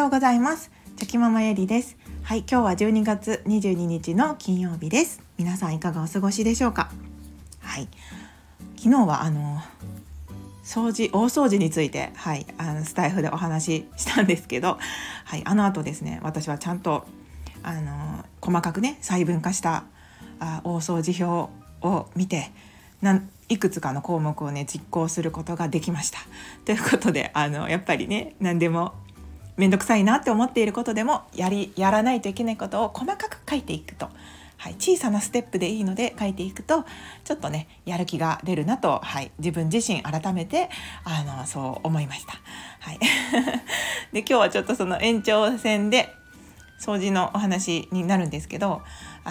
ようございます。チョキママゆりです。はい、今日は12月22日の金曜日です。皆さんいかがお過ごしでしょうか。はい、昨日は大掃除について、スタイフでお話ししたんですけど、あの後ですね、私はちゃんと細かくね細分化した大掃除表を見ていくつかの項目をね実行することができました。ということでやっぱりね、何でもめんどくさいなって思っていることでもやらないといけないことを細かく書いていくと、小さなステップでいいので書いていくとちょっとねやる気が出るなと、自分自身改めてそう思いました。で今日はちょっとその延長線で掃除のお話になるんですけど、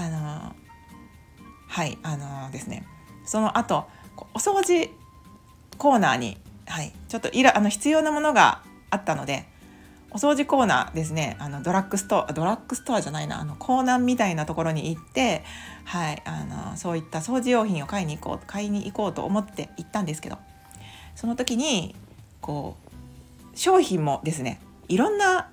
ですね、その後お掃除コーナーに、ちょっと必要なものがあったので、お掃除コーナーですね、ドラッグストアじゃないな、コーナーみたいなところに行って、そういった掃除用品を買いに行こうと思って行ったんですけど、その時に商品もですね、いろんな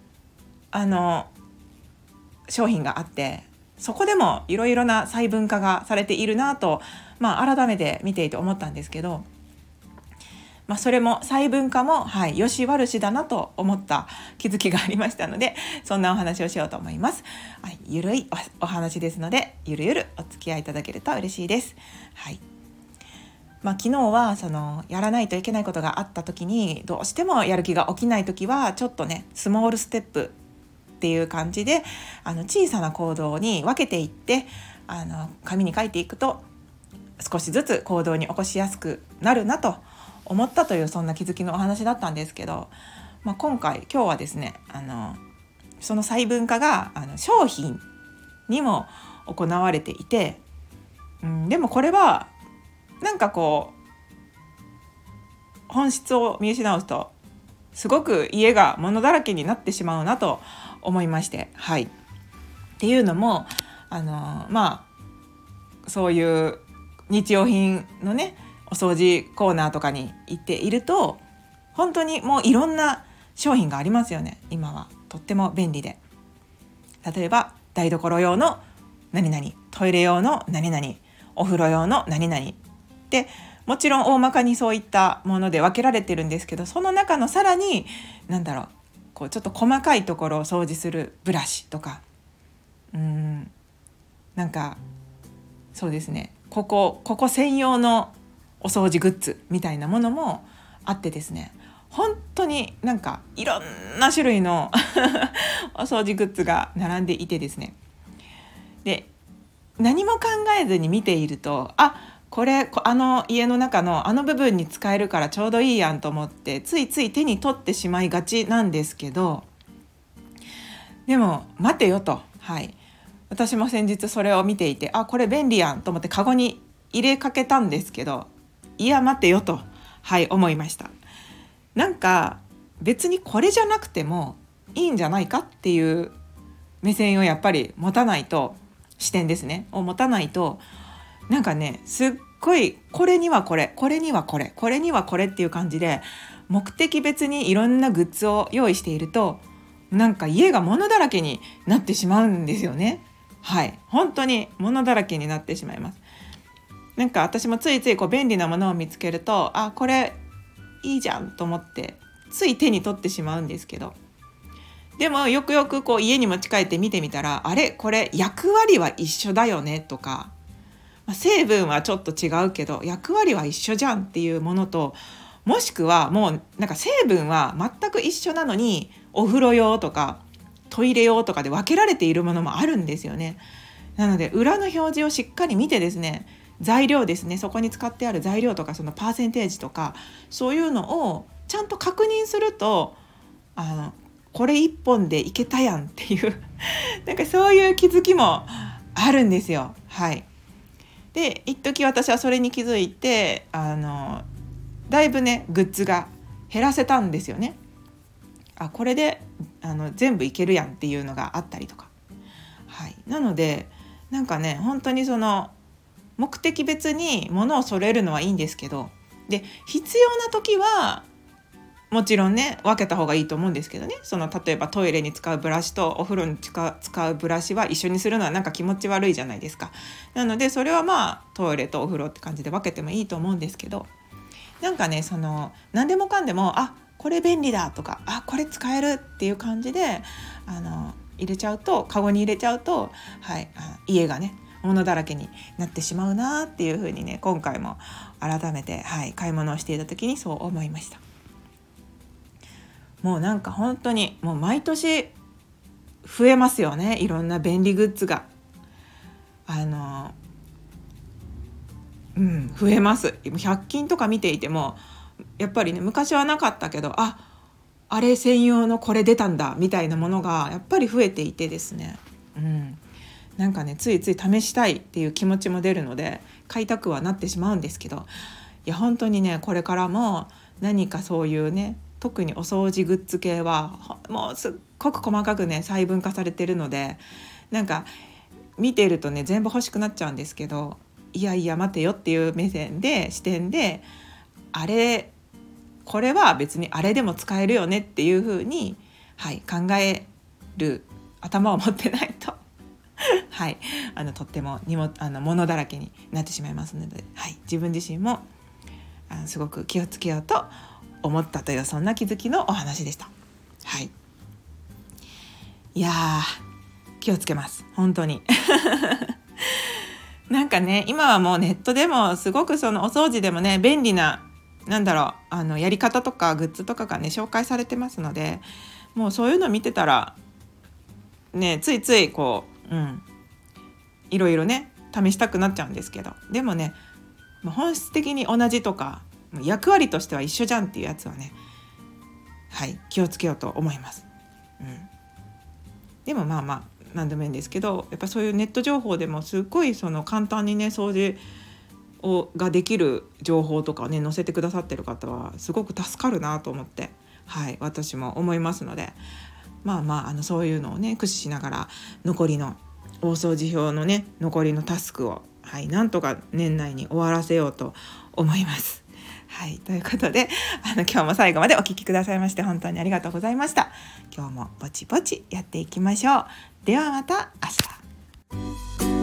商品があって、そこでもいろいろな細分化がされているなと、改めて見ていて思ったんですけど、それも細分化も、よし悪しだなと思った気づきがありましたので、そんなお話をしようと思います。ゆるいお話ですので、ゆるゆるお付き合いいただけると嬉しいです。昨日はやらないといけないことがあった時に、どうしてもやる気が起きない時はちょっとねスモールステップっていう感じで小さな行動に分けていって紙に書いていくと少しずつ行動に起こしやすくなるなと思ったという、そんな気づきのお話だったんですけど、今日はですねその細分化が商品にも行われていて、でもこれはなんか本質を見失うとすごく家が物だらけになってしまうなと思いまして、っていうのもそういう日用品のねお掃除コーナーとかに行っていると、本当にもういろんな商品がありますよね。今はとっても便利で、例えば台所用の何々、トイレ用の何々、お風呂用の何々で、もちろん大まかにそういったもので分けられてるんですけど、その中のさらにちょっと細かいところを掃除するブラシとか、そうですね、ここ専用のお掃除グッズみたいなものもあってですね、本当にいろんな種類のお掃除グッズが並んでいてですね、で何も考えずに見ていると、これ家の中の部分に使えるからちょうどいいやんと思ってついつい手に取ってしまいがちなんですけど、でも待てよと、私も先日それを見ていて、これ便利やんと思ってカゴに入れかけたんですけど、いや待てよと、思いました。別にこれじゃなくてもいいんじゃないかっていう目線をやっぱり持たないと、視点ですねを持たないと、すっごいこれにはこれ、これにはこれ、これにはこれっていう感じで目的別にいろんなグッズを用意していると、家が物だらけになってしまうんですよね。本当に物だらけになってしまいます。私もついつい便利なものを見つけると、これいいじゃんと思ってつい手に取ってしまうんですけど、でもよくよく家に持ち帰って見てみたら、これ役割は一緒だよねとか、成分はちょっと違うけど役割は一緒じゃんっていうものと、もしくはもう成分は全く一緒なのにお風呂用とかトイレ用とかで分けられているものもあるんですよね。なので裏の表示をしっかり見てですね、材料ですね、そこに使ってある材料とかそのパーセンテージとかそういうのをちゃんと確認すると、これ一本でいけたやんっていうそういう気づきもあるんですよ。で一時私はそれに気づいてだいぶねグッズが減らせたんですよね。これで全部いけるやんっていうのがあったりとか、なので本当に目的別に物を揃えるのはいいんですけど、で必要な時はもちろんね分けた方がいいと思うんですけどね、例えばトイレに使うブラシとお風呂に使うブラシは一緒にするのはなんか気持ち悪いじゃないですか。なのでそれはトイレとお風呂って感じで分けてもいいと思うんですけど、なんかね何でもかんでもこれ便利だとかこれ使えるっていう感じで入れちゃうと、カゴに入れちゃうと、家がね物だらけになってしまうなっていう風にね、今回も改めて、買い物をしていた時にそう思いました。もうなんか本当にもう毎年増えますよね、いろんな便利グッズが増えます。100均とか見ていてもやっぱりね、昔はなかったけどあれ専用のこれ出たんだみたいなものがやっぱり増えていてですね、なんかねついつい試したいっていう気持ちも出るので買いたくはなってしまうんですけど、いや本当にねこれからも何かそういうね、特にお掃除グッズ系はもうすっごく細かくね細分化されてるので、なんか見ているとね全部欲しくなっちゃうんですけど、いやいや待てよっていう視点でこれは別にあれでも使えるよねっていう風に、考える頭を持ってないととっても物だらけになってしまいますので、自分自身もすごく気をつけようと思ったという、そんな気づきのお話でした。いや気をつけます本当になんかね今はもうネットでもすごくお掃除でもね便利なやり方とかグッズとかがね紹介されてますので、もうそういうの見てたらねついついいろいろね試したくなっちゃうんですけど、でもね本質的に同じとか役割としては一緒じゃんっていうやつはね気をつけようと思います。でも何でもいいんですけど、やっぱそういうネット情報でもすっごい簡単にね掃除ができる情報とかをね載せてくださってる方はすごく助かるなと思って、私も思いますので、そういうのをね駆使しながら残りの大掃除表のね残りのタスクをなんとか年内に終わらせようと思います。ということで今日も最後までお聞きくださいまして本当にありがとうございました。今日もぼちぼちやっていきましょう。ではまた明日。